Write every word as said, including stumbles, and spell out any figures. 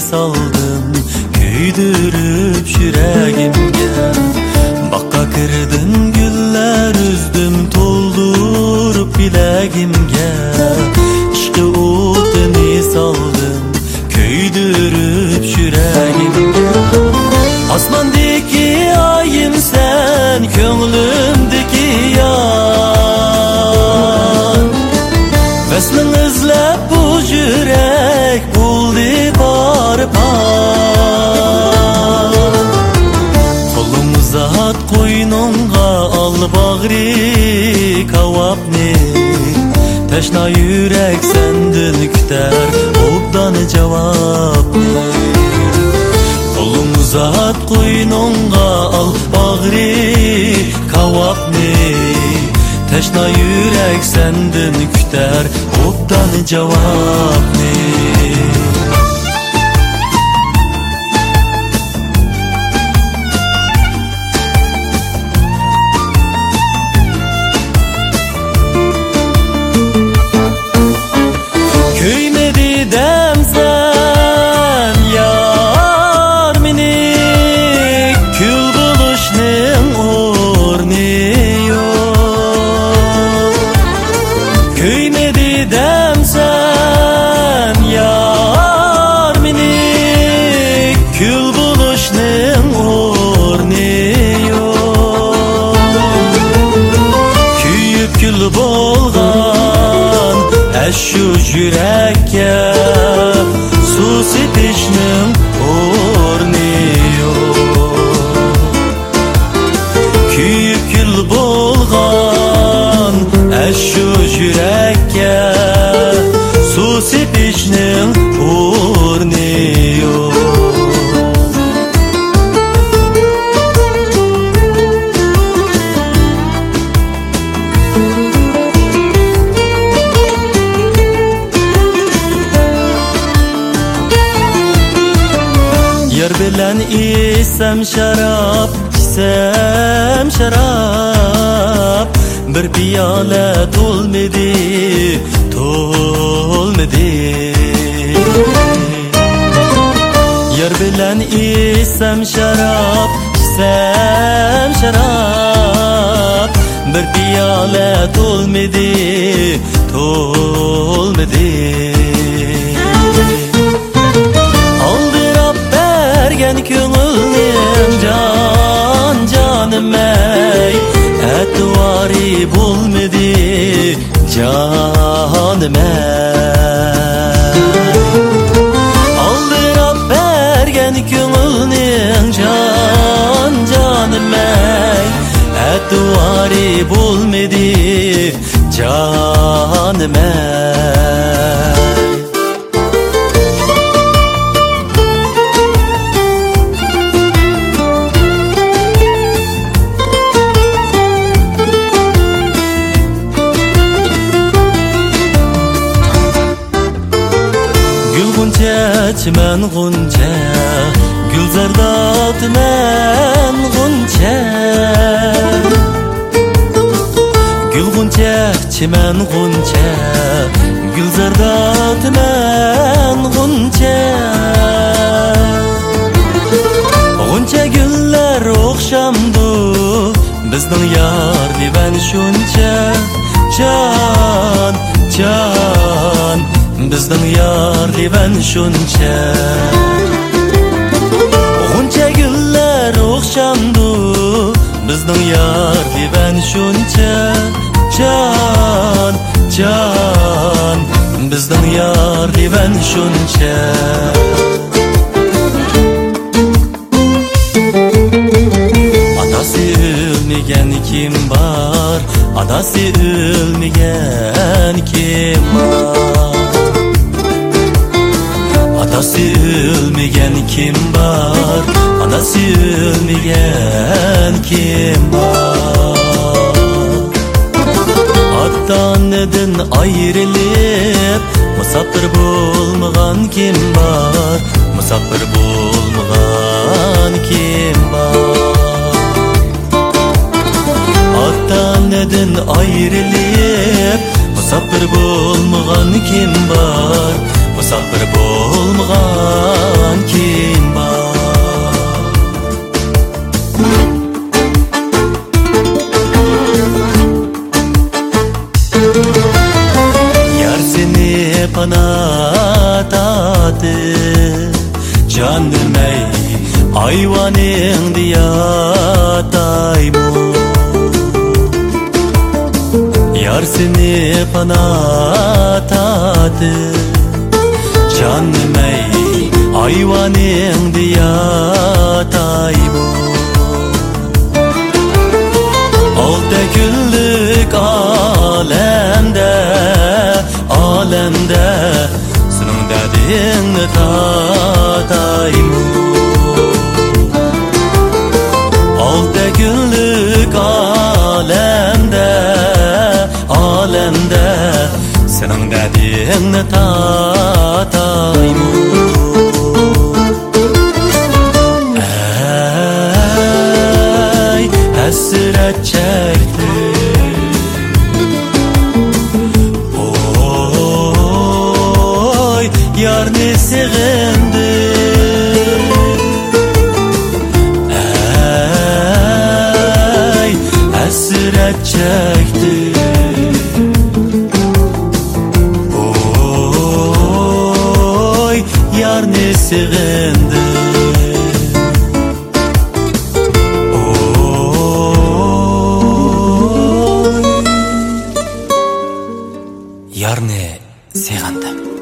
saldım köydürüp yüreğimge. Bakka kirdin güller üzdüm toldurup bileğimge. İşte otunu saldım köydürüp yüreğimge. Asmandaki ayım sen, könglimdeki yar. Veslin izlep bu yürek buldu bar bar. Kolum uzat koynunga al bağrı kavapni. Teşna yürek sendin küter obdan cevapni. Kolum uzat koynunga al bağrı kavapni. Teşna yürek sendin küter obdan cevapni. Şu yürekke su sepişnim orniyo. Kuyup kül bolgan şu yürekke su sepişnim orniyo. Yar bilen isem şarap, içsem şarap. Bir piyale dolmedi, dolmedi. Yar bilen isem şarap, içsem şarap. Bir piyale dolmedi, dolmedi. Köngülüm can canım ey, etvari bulmadı canım ey. Aldırıp bergen köngülüm can canım ey, etvari bulmadı canım ey. Çimen gunca, gülzardat men gunca. Gül gunca, çimen gunca, gülzardat men gunca. Gunca güller okşamdu, bizning yar divan şuncha. Can, can, bizning yar divan şuncha. Guncha güller okşamdu, bizning yar divan şuncha. Can, can, bizning yar divan şuncha. Atası ölmegen kim var, atası ölmegen kim var. Atası ölmegen kim var, anası ölmegen kim var. Attan neden ayrılıp musafir bulmagan kim var, musafir bulmagan kim var. Attan neden ayrılıp musafir bulmagan kim var, musafir bulmagan Canım ey ayvanın diyatayım Yar seni panatadı Canım ey ayvanın diyatayım Altta güllük alemde Alemde Senin dediğini tatayım Altta güllük alemde Alemde Senin dediğini tatayım Ey hasret çekti Oy yar ne sevindi Ey hasret çekti Oy yar ne sevindi Yarne segandim